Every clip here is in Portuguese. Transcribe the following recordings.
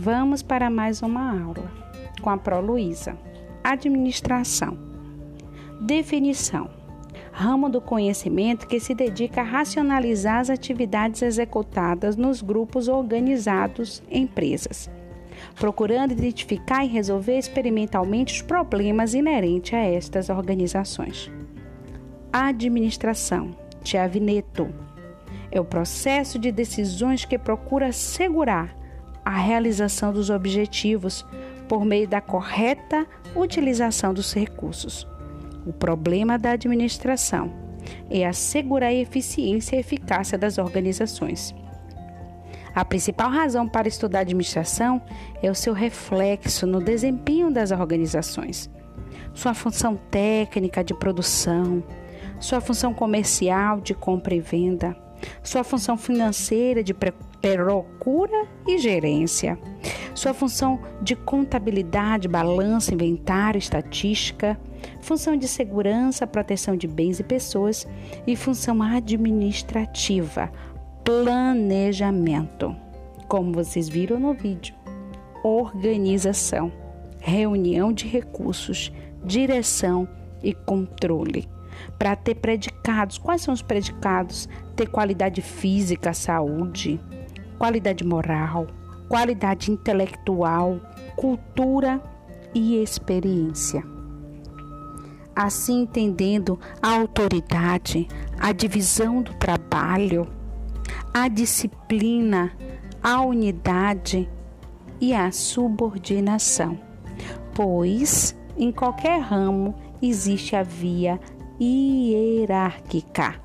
Vamos para mais uma aula com a Pro Luísa. Administração. Definição. Ramo do conhecimento que se dedica a racionalizar as atividades executadas nos grupos organizados em empresas, procurando identificar e resolver experimentalmente os problemas inerentes a estas organizações. Administração. Chiavineto. É o processo de decisões que procura assegurar a realização dos objetivos por meio da correta utilização dos recursos. O problema da administração é assegurar a eficiência e eficácia das organizações. A principal razão para estudar administração é o seu reflexo no desempenho das organizações, sua função técnica de produção, sua função comercial de compra e venda, sua função financeira de procura e gerência, sua função de contabilidade, balanço, inventário, estatística, função de segurança, proteção de bens e pessoas e função administrativa, planejamento. Como vocês viram no vídeo, organização, reunião de recursos, direção e controle. Para ter predicados, quais são os predicados? Ter qualidade física, saúde, qualidade moral, qualidade intelectual, cultura e experiência. Assim, entendendo a autoridade, a divisão do trabalho, a disciplina, a unidade e a subordinação, pois em qualquer ramo existe a via hierárquica,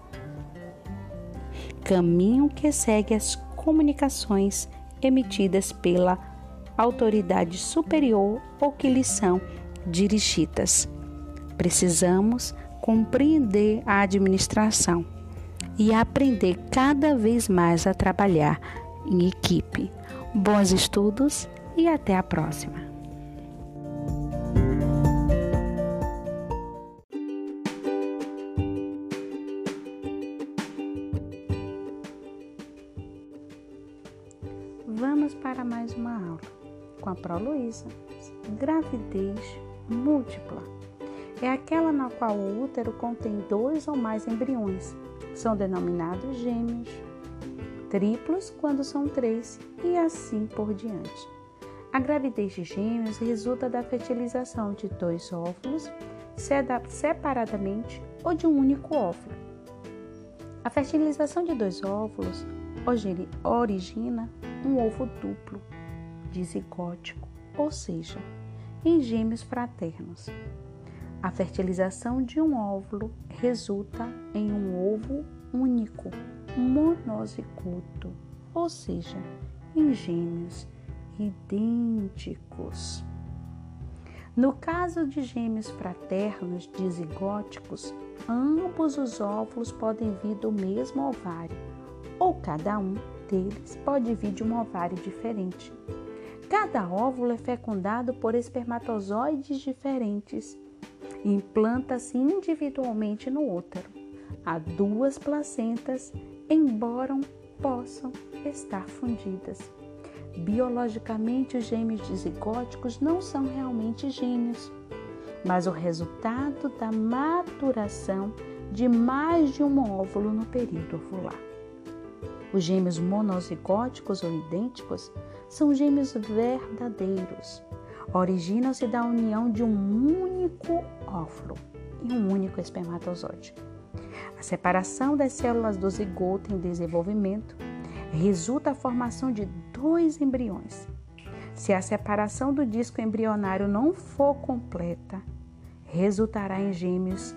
caminho que segue as comunicações emitidas pela autoridade superior ou que lhes são dirigidas. Precisamos compreender a administração e aprender cada vez mais a trabalhar em equipe. Bons estudos e até a próxima! Vamos para mais uma aula com a Pro Luísa. Gravidez múltipla é aquela na qual o útero contém 2 ou mais embriões. São denominados gêmeos, triplos quando são 3 e assim por diante. A gravidez de gêmeos resulta da fertilização de 2 óvulos separadamente ou de um único óvulo. A fertilização de 2 óvulos origina um ovo duplo, dizigótico, ou seja, em gêmeos fraternos. A fertilização de um óvulo resulta em um ovo único, monozigoto, ou seja, em gêmeos idênticos. No caso de gêmeos fraternos dizigóticos, ambos os óvulos podem vir do mesmo ovário, ou cada um deles pode vir de um ovário diferente. Cada óvulo é fecundado por espermatozoides diferentes e implanta-se individualmente no útero. Há 2 placentas, embora possam estar fundidas. Biologicamente, os gêmeos dizigóticos não são realmente gêmeos, mas o resultado da maturação de mais de um óvulo no período ovular. Os gêmeos monozigóticos ou idênticos são gêmeos verdadeiros. Originam-se da união de um único óvulo e um único espermatozoide. A separação das células do zigoto em desenvolvimento resulta a formação de 2 embriões. Se a separação do disco embrionário não for completa, resultará em gêmeos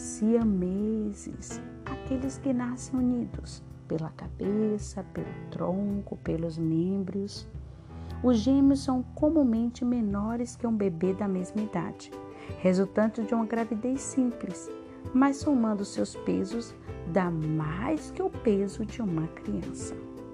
siameses, aqueles que nascem unidos pela cabeça, pelo tronco, pelos membros. Os gêmeos são comumente menores que um bebê da mesma idade, resultante de uma gravidez simples, mas somando seus pesos dá mais que o peso de uma criança.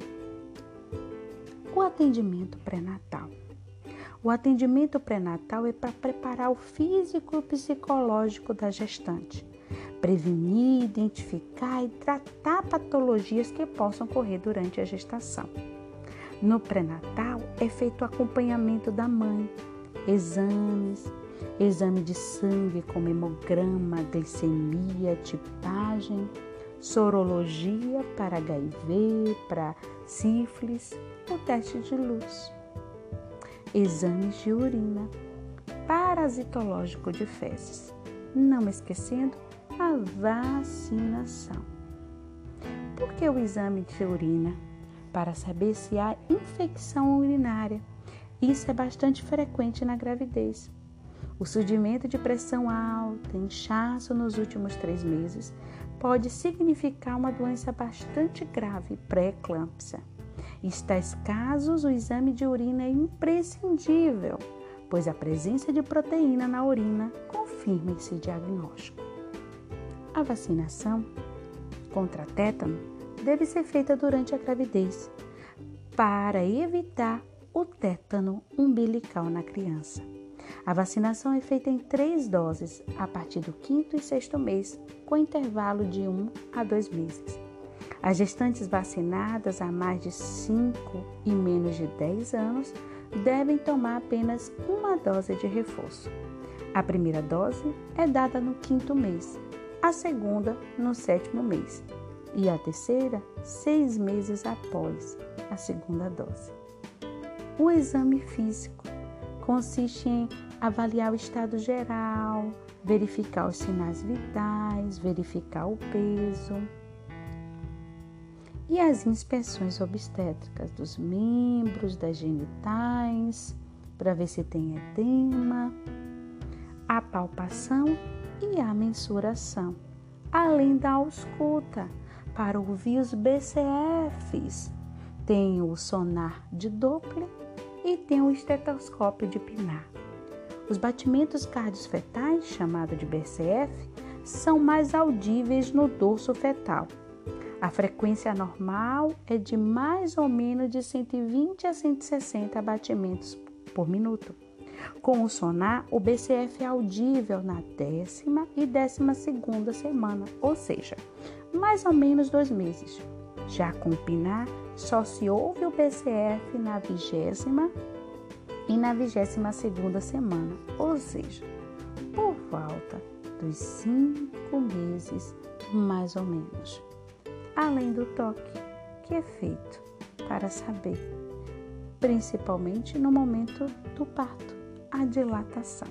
O atendimento pré-natal. O atendimento pré-natal é para preparar o físico e o psicológico da gestante, prevenir, identificar e tratar patologias que possam ocorrer durante a gestação. No pré-natal é feito o acompanhamento da mãe, exame de sangue como hemograma, glicemia, tipagem, sorologia para HIV, para sífilis, o teste de luz, exames de urina, parasitológico de fezes, não esquecendo a vacinação. Por que o exame de urina? Para saber se há infecção urinária. Isso é bastante frequente na gravidez. O surgimento de pressão alta, inchaço nos últimos 3 meses, pode significar uma doença bastante grave, pré-eclâmpsia. Em tais casos, o exame de urina é imprescindível, pois a presença de proteína na urina confirma esse diagnóstico. A vacinação contra tétano deve ser feita durante a gravidez para evitar o tétano umbilical na criança. A vacinação é feita em 3 doses a partir do 5º e 6º mês, com intervalo de 1 a 2 meses. As gestantes vacinadas há mais de 5 e menos de 10 anos devem tomar apenas uma dose de reforço. A primeira dose é dada no 5º mês, a segunda no 7º mês e a terceira 6 meses após a segunda dose. O exame físico consiste em avaliar o estado geral, verificar os sinais vitais, verificar o peso e as inspeções obstétricas dos membros, das genitais, para ver se tem edema, a palpação e a mensuração, além da ausculta, para ouvir os BCFs. Tem o sonar de Doppler e tem o estetoscópio de Pinar. Os batimentos cardiofetais, chamados de BCF, são mais audíveis no dorso fetal. A frequência normal é de mais ou menos de 120 a 160 batimentos por minuto. Com o sonar, o BCF é audível na 10ª e 12ª semana, ou seja, mais ou menos 2 meses. Já com o Pinar, só se ouve o BCF na 20ª e na 22ª semana, ou seja, por volta dos 5 meses, mais ou menos. Além do toque, que é feito para saber, principalmente no momento do parto, a dilatação.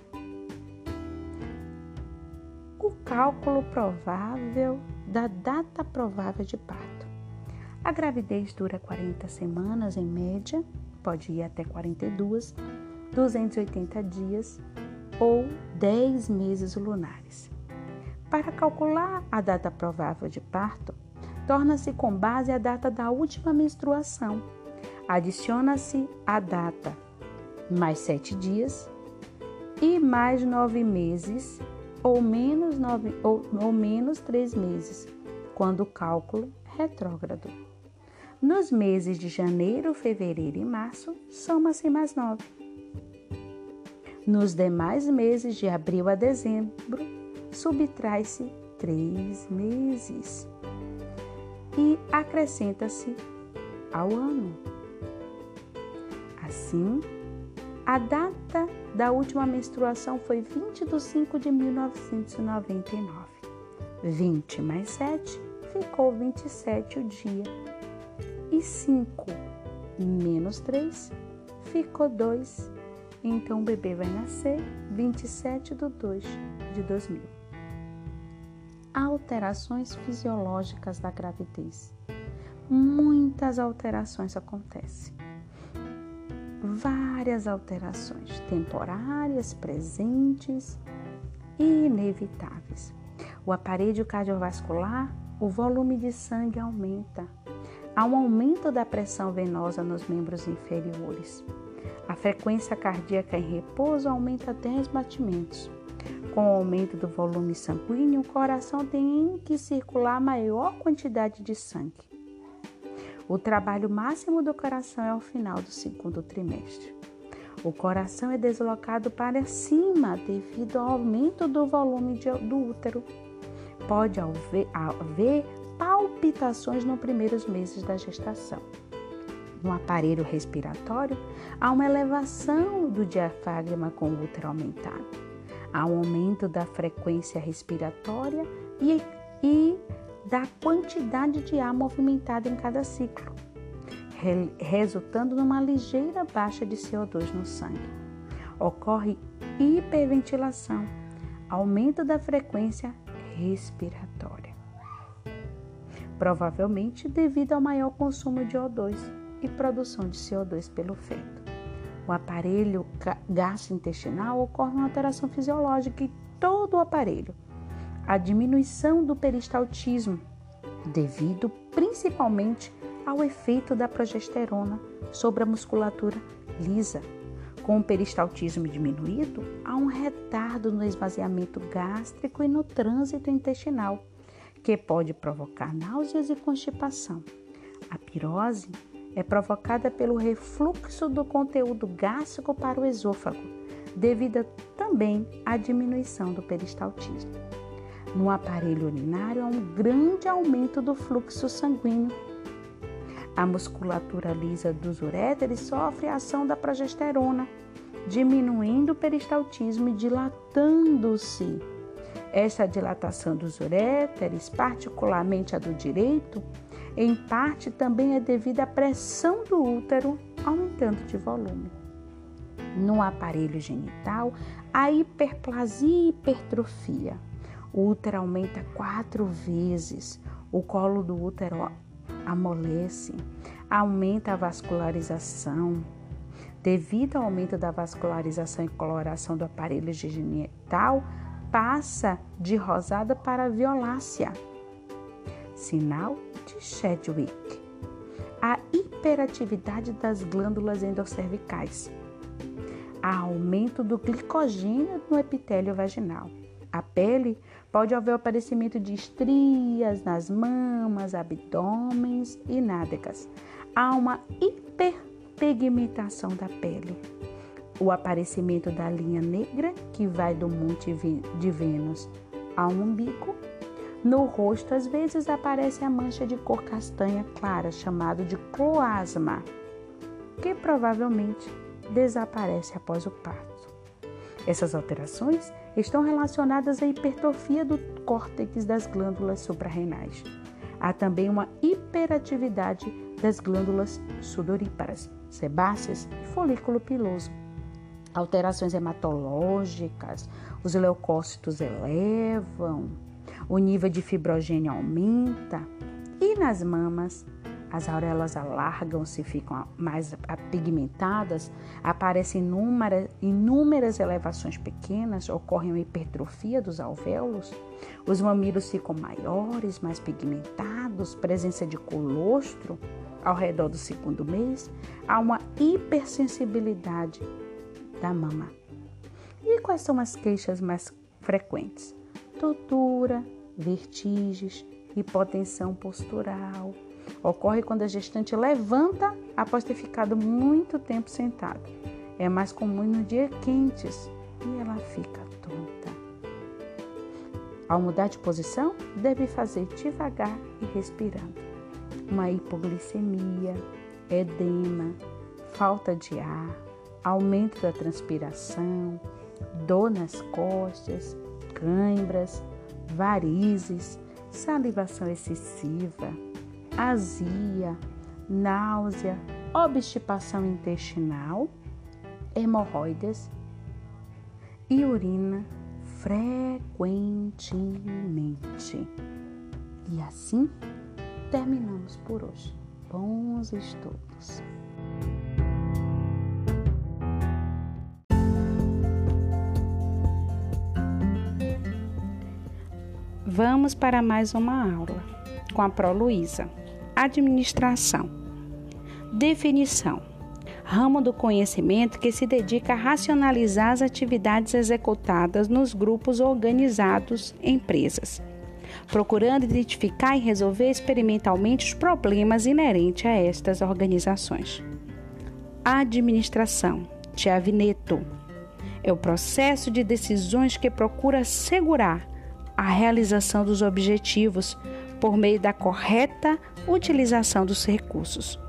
O cálculo provável da data provável de parto. A gravidez dura 40 semanas em média, pode ir até 42, 280 dias ou 10 meses lunares. Para calcular a data provável de parto, torna-se com base a data da última menstruação. Adiciona-se a data mais 7 dias e mais 9 meses ou menos 3 meses, quando o cálculo retrógrado. Nos meses de janeiro, fevereiro e março, soma-se mais 9. Nos demais meses, de abril a dezembro, subtrai-se 3 meses e acrescenta-se ao ano. Assim, a data da última menstruação foi 20 de 5 de 1999. 20 mais 7 ficou 27 o dia. E 5 menos 3 ficou 2. Então o bebê vai nascer 27 de 2 de 2000. Alterações fisiológicas da gravidez. Muitas alterações acontecem. Várias alterações temporárias, presentes e inevitáveis. O aparelho cardiovascular, o volume de sangue aumenta. Há um aumento da pressão venosa nos membros inferiores. A frequência cardíaca em repouso aumenta 10 batimentos. Com o aumento do volume sanguíneo, o coração tem que circular maior quantidade de sangue. O trabalho máximo do coração é ao final do 2º trimestre. O coração é deslocado para cima devido ao aumento do volume do útero. Pode haver palpitações nos primeiros meses da gestação. No aparelho respiratório, há uma elevação do diafragma com o útero aumentado. Há um aumento da frequência respiratória e da quantidade de ar movimentado em cada ciclo, resultando numa ligeira baixa de CO2 no sangue. Ocorre hiperventilação, aumento da frequência respiratória, provavelmente devido ao maior consumo de O2 e produção de CO2 pelo feto. O aparelho gastrointestinal ocorre uma alteração fisiológica em todo o aparelho. A diminuição do peristaltismo, devido principalmente ao efeito da progesterona sobre a musculatura lisa. Com o peristaltismo diminuído, há um retardo no esvaziamento gástrico e no trânsito intestinal, que pode provocar náuseas e constipação. A pirose é provocada pelo refluxo do conteúdo gástrico para o esôfago, devido também à diminuição do peristaltismo. No aparelho urinário, há um grande aumento do fluxo sanguíneo. A musculatura lisa dos uréteres sofre a ação da progesterona, diminuindo o peristaltismo e dilatando-se. Esta dilatação dos uréteres, particularmente a do direito, em parte também é devida à pressão do útero aumentando de volume. No aparelho genital, há hiperplasia e hipertrofia. O útero aumenta 4 vezes, o colo do útero amolece, aumenta a vascularização. Devido ao aumento da vascularização e coloração do aparelho genital, passa de rosada para violácea. Sinal de Chadwick. A hiperatividade das glândulas endocervicais. Há aumento do glicogênio no epitélio vaginal. A pele pode haver o aparecimento de estrias nas mamas, abdômenes e nádegas. Há uma hiperpigmentação da pele. O aparecimento da linha negra que vai do monte de Vênus ao umbigo. No rosto, às vezes, aparece a mancha de cor castanha clara, chamado de cloasma, que provavelmente desaparece após o parto. Essas alterações estão relacionadas à hipertrofia do córtex das glândulas suprarrenais. Há também uma hiperatividade das glândulas sudoríparas, sebáceas e folículo piloso. Alterações hematológicas, os leucócitos elevam, o nível de fibrogênio aumenta e nas mamas as auréolas alargam-se, ficam mais apigmentadas, aparecem inúmeras elevações pequenas, ocorre uma hipertrofia dos alvéolos, os mamilos ficam maiores, mais pigmentados, presença de colostro ao redor do 2º mês, há uma hipersensibilidade da mama. E quais são as queixas mais frequentes? Tontura, vertigens, hipotensão postural. Ocorre quando a gestante levanta após ter ficado muito tempo sentada. É mais comum nos dias quentes e ela fica tonta. Ao mudar de posição, deve fazer devagar e respirando. Uma hipoglicemia, edema, falta de ar, aumento da transpiração, dor nas costas, cãibras, varizes, salivação excessiva, azia, náusea, obstipação intestinal, hemorroidas e urina frequentemente. E assim terminamos por hoje. Bons estudos! Vamos para mais uma aula com a Pro Luísa. Administração. Definição. Ramo do conhecimento que se dedica a racionalizar as atividades executadas nos grupos organizados em empresas, procurando identificar e resolver experimentalmente os problemas inerentes a estas organizações. Administração. Chiavineto. É o processo de decisões que procura assegurar a realização dos objetivos por meio da correta utilização dos recursos.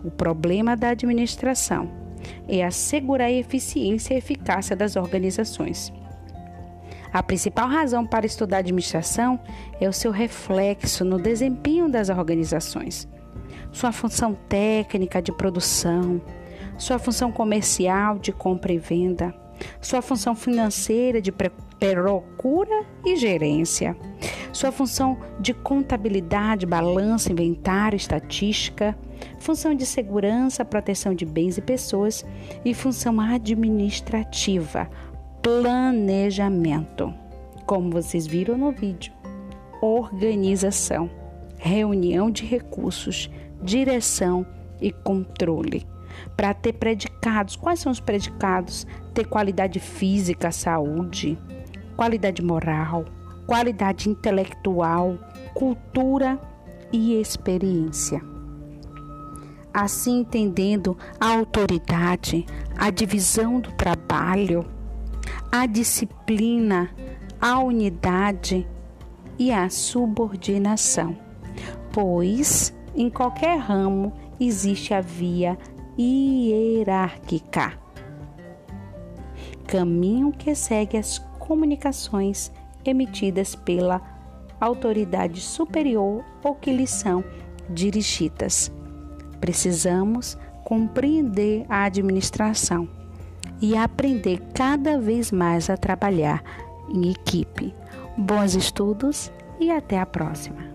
O problema da administração é assegurar a eficiência e eficácia das organizações. A principal razão para estudar administração é o seu reflexo no desempenho das organizações, sua função técnica de produção, sua função comercial de compra e venda, sua função financeira de procura e gerência, sua função de contabilidade, balanço, inventário, estatística, função de segurança, proteção de bens e pessoas e função administrativa, planejamento. Como vocês viram no vídeo, organização, reunião de recursos, direção e controle. Para ter predicados, quais são os predicados? Ter qualidade física, saúde, qualidade moral, qualidade intelectual, cultura e experiência. Assim, entendendo a autoridade, a divisão do trabalho, a disciplina, a unidade e a subordinação, pois em qualquer ramo existe a via hierárquica, caminho que segue as comunicações emitidas pela autoridade superior ou que lhes são dirigidas. Precisamos compreender a administração e aprender cada vez mais a trabalhar em equipe. Bons estudos e até a próxima!